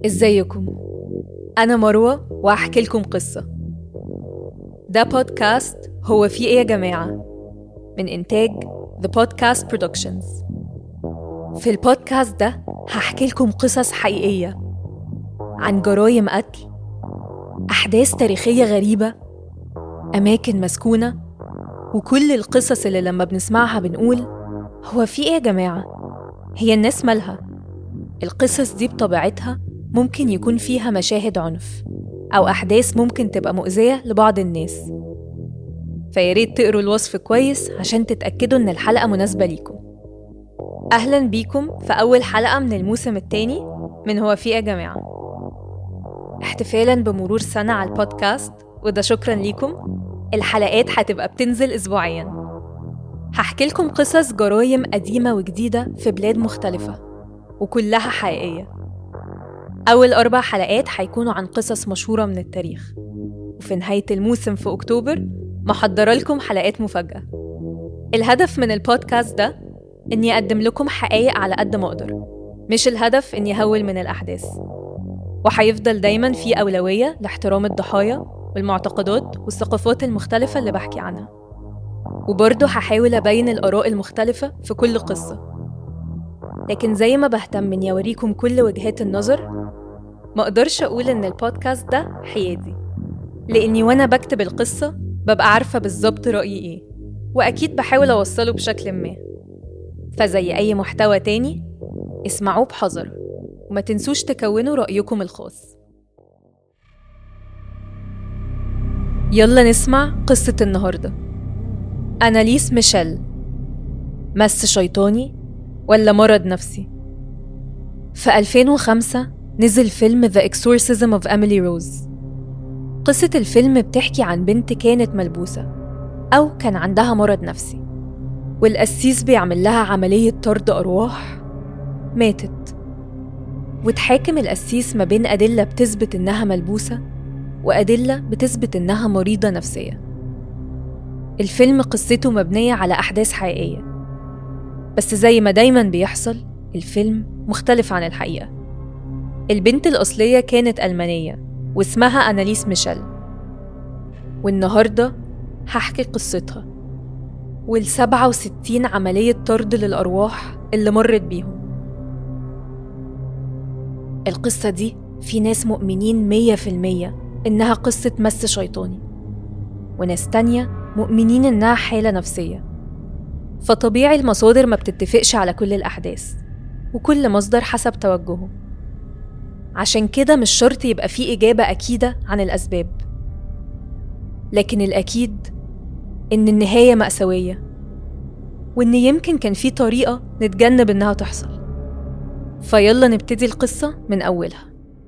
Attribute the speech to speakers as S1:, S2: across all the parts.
S1: ازيكم؟ أنا مروة وهحكي لكم قصة. ده بودكاست هو في إيه يا جماعة؟ من إنتاج The Podcast Productions. في البودكاست ده هحكي لكم قصص حقيقية عن جرايم قتل، أحداث تاريخية غريبة، أماكن مسكونة، وكل القصص اللي لما بنسمعها بنقول هو في إيه يا جماعة؟ هي الناس مالها؟ القصص دي بطبيعتها ممكن يكون فيها مشاهد عنف أو أحداث ممكن تبقى مؤذية لبعض الناس، فياريت تقروا الوصف كويس عشان تتأكدوا إن الحلقة مناسبة ليكم. أهلاً بيكم في أول حلقة من الموسم الثاني من هو في إيه يا جماعة. احتفالاً بمرور سنة على البودكاست، وده شكراً ليكم، الحلقات هتبقى بتنزل أسبوعياً. هحكي لكم قصص جرايم قديمة وجديدة في بلاد مختلفة وكلها حقيقية. أول 4 حلقات هيكونوا عن قصص مشهورة من التاريخ، وفي نهاية الموسم في أكتوبر محضرة لكم حلقات مفاجأة. الهدف من البودكاست ده إني أقدم لكم حقائق على قد ما أقدر، مش الهدف إني أهول من الأحداث. وهيفضل دايماً في أولوية لاحترام الضحايا والمعتقدات والثقافات المختلفة اللي بحكي عنها، وبرضه هحاول أبين الآراء المختلفة في كل قصة. لكن زي ما بهتم إني أوريكم كل وجهات النظر، ما أقدرش أقول إن البودكاست ده حيادي، لأني وأنا بكتب القصة ببقى عارفة بالظبط رأيي إيه، وأكيد بحاول أوصله بشكل ما. فزي أي محتوى تاني اسمعوه بحذر، وما تنسوش تكونوا رأيكم الخاص. يلا نسمع قصة النهاردة. أناليس ميشيل، مس شيطاني ولا مرض نفسي؟ في 2005 نزل فيلم The Exorcism of Emily Rose. قصة الفيلم بتحكي عن بنت كانت ملبوسة أو كان عندها مرض نفسي، والقسيس بيعمل لها عملية طرد أرواح. ماتت، وتحاكم القسيس ما بين أدلة بتثبت إنها ملبوسة وأدلة بتثبت إنها مريضة نفسية. الفيلم قصته مبنية على أحداث حقيقية، بس زي ما دايماً بيحصل الفيلم مختلف عن الحقيقة. البنت الأصلية كانت ألمانية واسمها أناليس ميشيل، والنهاردة هحكي قصتها وال67 عملية طرد للأرواح اللي مرت بيهم. القصة دي في ناس مؤمنين 100% إنها قصة مس شيطاني، وناس تانية مؤمنين إنها حالة نفسية. فطبيعي المصادر ما بتتفقش على كل الأحداث، وكل مصدر حسب توجهه. عشان كده مش شرط يبقى فيه إجابة أكيدة عن الأسباب، لكن الأكيد إن النهاية مأساوية، وإن يمكن كان فيه طريقة نتجنب إنها تحصل. فيلا نبتدي القصة من أولها.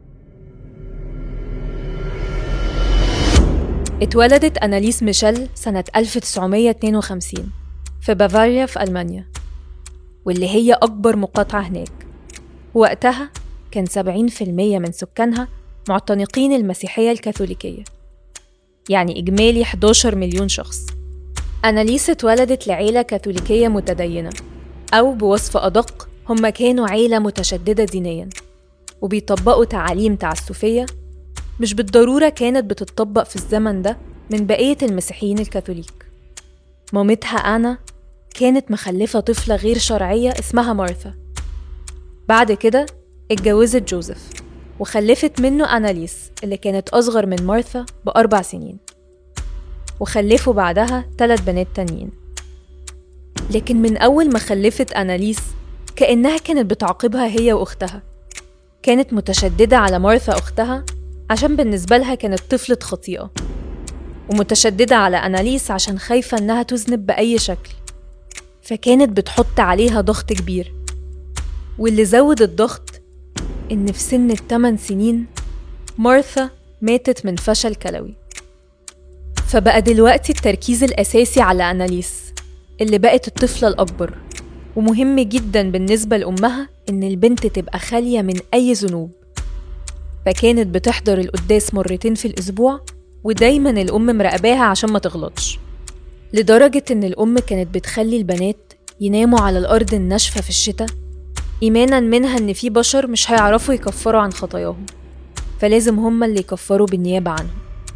S1: اتولدت أناليس ميشيل سنة 1952 في بافاريا في ألمانيا، واللي هي أكبر مقاطعة هناك. وقتها كان 70% من سكانها معتنقين المسيحية الكاثوليكية، يعني إجمالي 11 مليون شخص. أناليس اتولدت لعيلة كاثوليكية متدينة، أو بوصف أدق هم كانوا عيلة متشددة دينياً وبيطبقوا تعاليم تعسفية مش بالضرورة كانت بتطبق في الزمن ده من بقية المسيحيين الكاثوليك. مامتها أنا كانت مخلفة طفلة غير شرعية اسمها مارثا. بعد كده اتجوزت جوزيف وخلفت منه أناليس اللي كانت أصغر من مارثا ب4 سنين، وخلفوا بعدها 3 بنات تانيين. لكن من أول ما خلفت أناليس كأنها كانت بتعاقبها هي وأختها. كانت متشددة على مارثا أختها عشان بالنسبة لها كانت طفلة خطيئة، ومتشددة على أناليس عشان خايفة إنها تذنب بأي شكل، فكانت بتحط عليها ضغط كبير. واللي زود الضغط إن في سن 8 سنين مارثا ماتت من فشل كلوي. فبقى دلوقتي التركيز الأساسي على أناليس اللي بقت الطفلة الأكبر، ومهم جدا بالنسبة لأمها إن البنت تبقى خالية من أي ذنوب. فكانت بتحضر القداس 2 مرات في الأسبوع، ودايما الأم مراقباها عشان ما تغلطش، لدرجة إن الأم كانت بتخلي البنات يناموا على الأرض الناشفة في الشتاء، إيماناً منها إن في بشر مش هيعرفوا يكفروا عن خطاياهم، فلازم هم اللي يكفروا بالنيابة عنهم.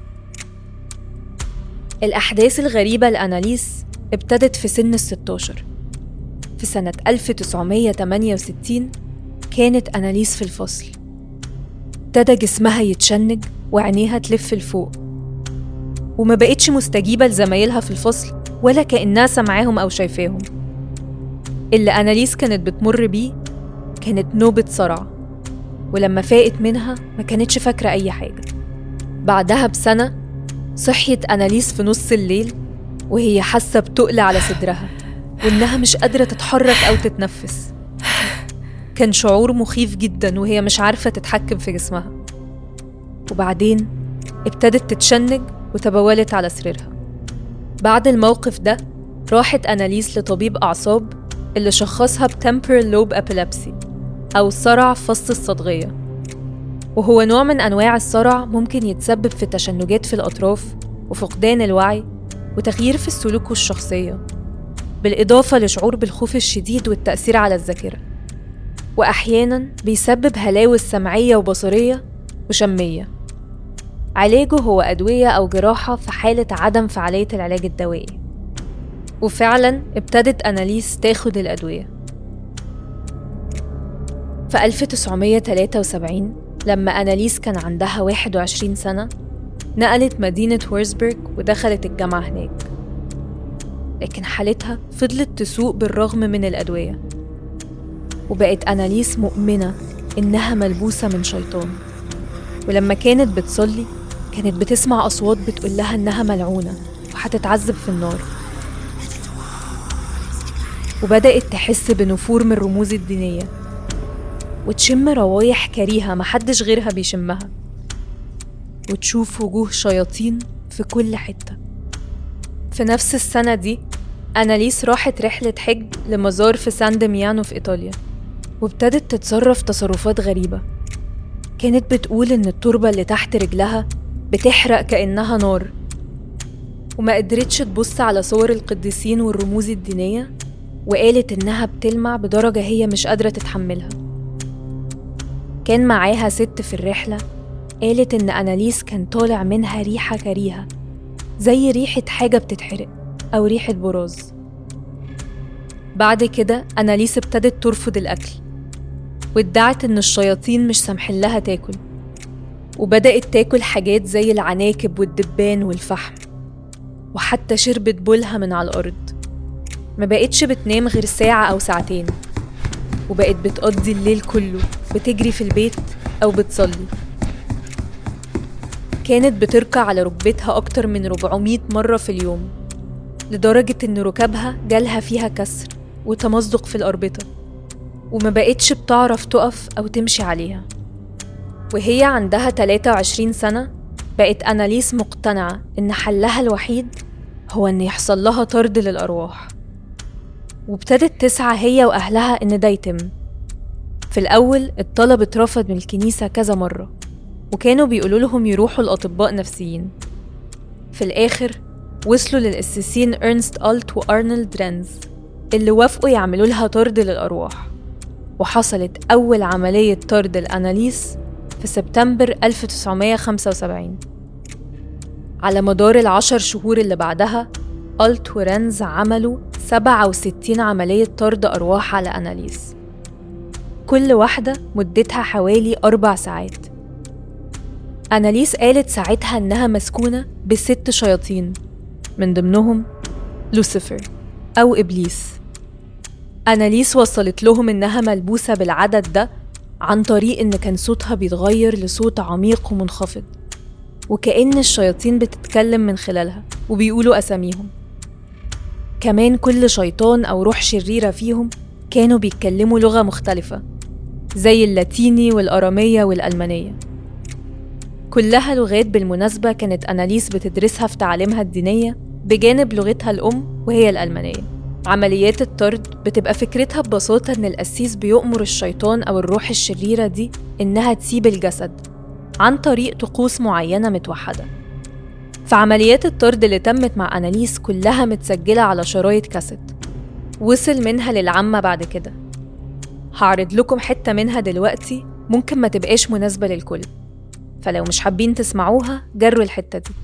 S1: الأحداث الغريبة لأناليس ابتدت في سن 16. في سنة 1968 كانت أناليس في الفصل. ابتدى جسمها يتشنج وعينيها تلف لفوق، وما بقتش مستجيبة لزمايلها في الفصل ولا كأنها سمعاهم أو شايفاهم. اللي أناليس كانت بتمر بيه كانت نوبة صرع، ولما فاقت منها ما كانتش فاكرة أي حاجة. بعدها بسنة صحيت أناليس في نص الليل وهي حاسة بتقل على صدرها وإنها مش قادرة تتحرك أو تتنفس. كان شعور مخيف جدا وهي مش عارفة تتحكم في جسمها. وبعدين ابتدت تتشنج وتبولت على سريرها. بعد الموقف ده راحت أناليس لطبيب أعصاب اللي شخصها بtemporal lobe epilepsy أو صرع فص الصدغية، وهو نوع من أنواع الصرع ممكن يتسبب في تشنجات في الأطراف وفقدان الوعي وتغيير في السلوك والشخصية، بالإضافة لشعور بالخوف الشديد والتأثير على الذاكرة، وأحياناً بيسبب هلاوس سمعية وبصرية وشمية. علاجه هو أدوية أو جراحة في حالة عدم فعالية العلاج الدوائي. وفعلاً ابتدت أناليس تاخد الأدوية. في 1973 لما أناليس كان عندها 21 سنة نقلت مدينة ويرزبرغ ودخلت الجامعة هناك، لكن حالتها فضلت تسوء بالرغم من الأدوية، وبقت أناليس مؤمنة إنها ملبوسة من شيطان. ولما كانت بتصلي كانت بتسمع أصوات بتقول لها إنها ملعونة وهتتعذب في النار، وبدأت تحس بنفور من الرموز الدينية وتشم روايح كريهة محدش غيرها بيشمها، وتشوف وجوه شياطين في كل حتة. في نفس السنة دي أناليس راحت رحلة حج لمزار في سان ديميانو في إيطاليا، وابتدت تتصرف تصرفات غريبة. كانت بتقول إن التربة اللي تحت رجلها بتحرق كأنها نار، وما قدرتش تبص على صور القديسين والرموز الدينية، وقالت إنها بتلمع بدرجة هي مش قادرة تتحملها. كان معاها ست في الرحلة قالت إن أناليس كان طالع منها ريحة كريهة زي ريحة حاجة بتتحرق أو ريحة براز. بعد كده أناليس ابتدت ترفض الأكل وادعت إن الشياطين مش سامحين لها تاكل، وبدأت تاكل حاجات زي العناكب والدبان والفحم، وحتى شربت بولها من على الأرض. ما بقتش بتنام غير ساعة أو ساعتين، وبقت بتقضي الليل كله بتجري في البيت أو بتصلي. كانت بتركع على ركبتها أكتر من 400 مرة في اليوم، لدرجة إن ركبها جالها فيها كسر وتمزق في الأربطة، وما بقتش بتعرف تقف أو تمشي عليها. وهي عندها 23 سنة بقت أناليس مقتنعة إن حلها الوحيد هو إن يحصل لها طرد للأرواح، وابتدت تسعى هي وأهلها إن ده يتم. في الأول الطلب اترفض من الكنيسة كذا مرة، وكانوا بيقولوا لهم يروحوا لأطباء نفسيين. في الآخر وصلوا للأسيسين إرنست ألت وأرنولد رينز اللي وافقوا يعملوا لها طرد للأرواح، وحصلت أول عملية طرد لأناليس في سبتمبر 1975. على مدار 10 شهور اللي بعدها ألت ورينز عملوا 67 عملية طرد أرواح على أناليس، كل واحدة مدتها حوالي 4 ساعات. أناليس قالت ساعتها إنها مسكونة ب6 شياطين، من ضمنهم لوسيفر أو إبليس. أناليس وصلت لهم إنها ملبوسة بالعدد ده عن طريق إن كان صوتها بيتغير لصوت عميق ومنخفض، وكأن الشياطين بتتكلم من خلالها وبيقولوا أساميهم. كمان كل شيطان أو روح شريرة فيهم كانوا بيتكلموا لغة مختلفة زي اللاتيني والأرامية والألمانية، كلها لغات بالمناسبة كانت أناليس بتدرسها في تعليمها الدينية بجانب لغتها الأم وهي الألمانية. عمليات الطرد بتبقى فكرتها ببساطة إن القسيس بيؤمر الشيطان أو الروح الشريرة دي إنها تسيب الجسد عن طريق طقوس معينة متوحدة. فعمليات الطرد اللي تمت مع أناليس كلها متسجلة على شرايط كاسيت، وصل منها للعامة بعد كده. هعرض لكم حتة منها دلوقتي ممكن ما تبقاش مناسبة للكل، فلو مش حابين تسمعوها جروا الحتة دي.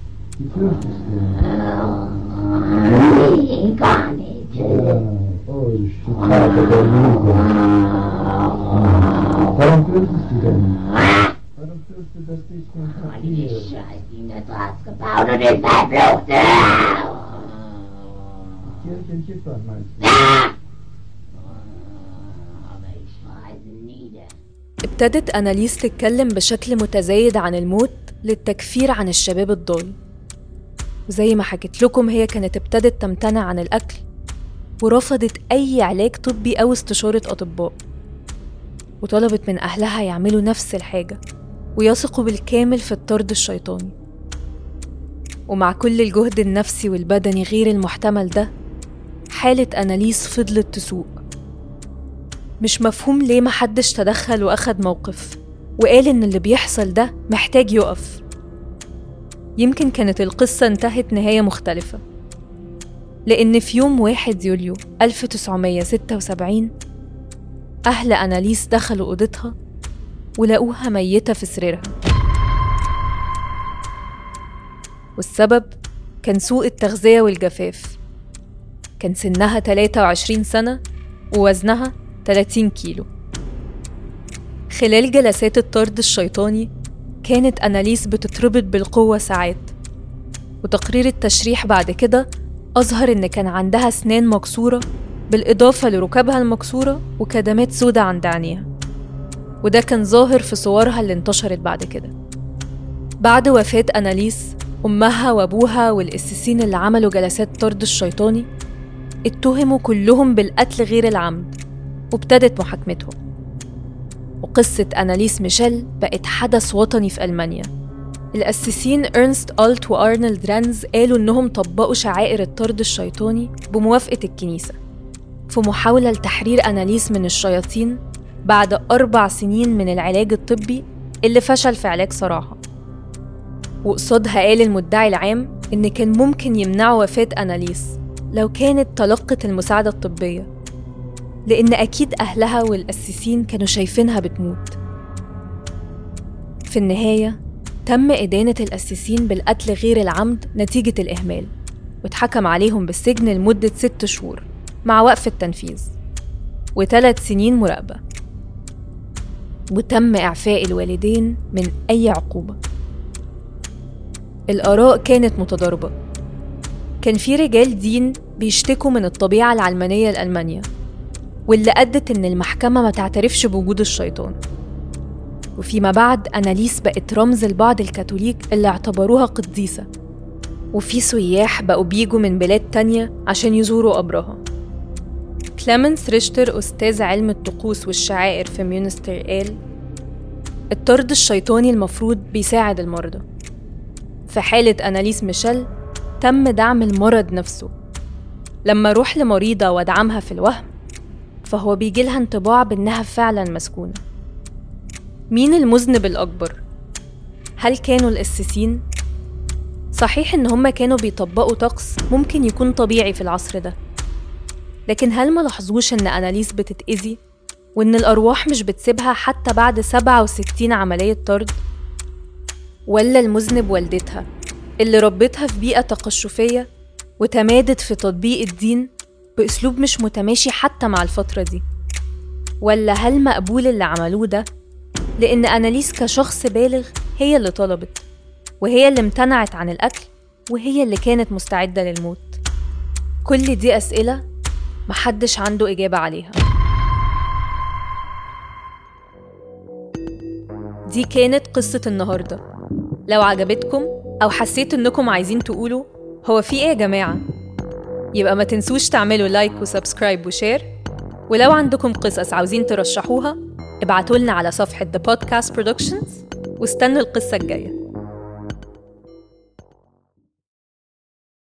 S1: ابتدت أناليس تتكلم بشكل متزايد عن الموت للتكفير عن الشباب الضال، وزي ما حكيت لكم هي كانت ابتدت تمتنع عن الأكل ورفضت أي علاج طبي أو استشارة أطباء، وطلبت من أهلها يعملوا نفس الحاجة ويثقوا بالكامل في الطرد الشيطاني. ومع كل الجهد النفسي والبدني غير المحتمل ده، حالة أناليس فضلت تسوء. مش مفهوم ليه محدش تدخل وأخد موقف وقال إن اللي بيحصل ده محتاج يقف. يمكن كانت القصة انتهت نهاية مختلفة، لأن في يوم 1 يوليو 1976 أهل أناليس دخلوا أوضتها ولقوها ميتة في سريرها، والسبب كان سوء التغذية والجفاف. كان سنها 23 سنة ووزنها 30 كيلو. خلال جلسات الطرد الشيطاني كانت أناليس بتتربط بالقوة ساعات، وتقرير التشريح بعد كده أظهر إن كان عندها أسنان مكسورة بالإضافة لركابها المكسورة وكدمات سودة عند عينيها، وده كان ظاهر في صورها اللي انتشرت بعد كده. بعد وفاة أناليس، أمها وأبوها والقسيسين اللي عملوا جلسات طرد الشيطاني اتهموا كلهم بالقتل غير العمد، وابتدت محاكمتهم. وقصة أناليس ميشيل بقت حدث وطني في ألمانيا. القسيسين إرنست ألت وأرنولد رانز قالوا إنهم طبقوا شعائر الطرد الشيطاني بموافقة الكنيسة في محاولة لتحرير أناليس من الشياطين بعد 4 سنين من العلاج الطبي اللي فشل في علاج صراحة. وقصادها قال المدعي العام إن كان ممكن يمنعوا وفاة أناليس لو كانت تلقت المساعدة الطبية، لأن أكيد أهلها والقسيسين كانوا شايفينها بتموت. في النهاية تم إدانة القسيسين بالقتل غير العمد نتيجة الإهمال، واتحكم عليهم بالسجن لمدة 6 شهور مع وقف التنفيذ و3 سنين مراقبة، وتم إعفاء الوالدين من أي عقوبة. الآراء كانت متضاربة. كان في رجال دين بيشتكوا من الطبيعة العلمانية لألمانيا، واللي أدت إن المحكمة ما تعترفش بوجود الشيطان. وفيما بعد أناليس بقت رمز لبعض الكاثوليك اللي اعتبروها قديسة، وفي سياح بقوا بيجوا من بلاد تانية عشان يزوروا قبرها. كليمنس ريشتر أستاذ علم الطقوس والشعائر في ميونستر قال: الطرد الشيطاني المفروض بيساعد المرضى. في حالة أناليس ميشيل تم دعم المرض نفسه. لما أروح لمريضة وادعمها في الوهم، فهو بيجيلها انطباع بأنها فعلا مسكونة. مين المذنب الأكبر؟ هل كانوا القسيسين؟ صحيح إن هم كانوا بيطبقوا طقس ممكن يكون طبيعي في العصر ده، لكن هل ما لاحظوش إن أناليس بتتأذي وإن الأرواح مش بتسيبها حتى بعد 67 عملية طرد؟ ولا المذنب والدتها اللي ربتها في بيئة تقشفية وتمادت في تطبيق الدين بأسلوب مش متماشي حتى مع الفترة دي؟ ولا هل مقبول اللي عملوه ده لأن أناليس كشخص بالغ هي اللي طلبت، وهي اللي امتنعت عن الأكل، وهي اللي كانت مستعدة للموت؟ كل دي أسئلة محدش عنده إجابة عليها. دي كانت قصة النهاردة. لو عجبتكم أو حسيت إنكم عايزين تقولوا هو في إيه يا جماعة، يبقى ما تنسوش تعملوا لايك وسبسكرايب وشير. ولو عندكم قصص عاوزين ترشحوها ابعتولنا على صفحة The Podcast Productions، واستنوا القصة الجاية.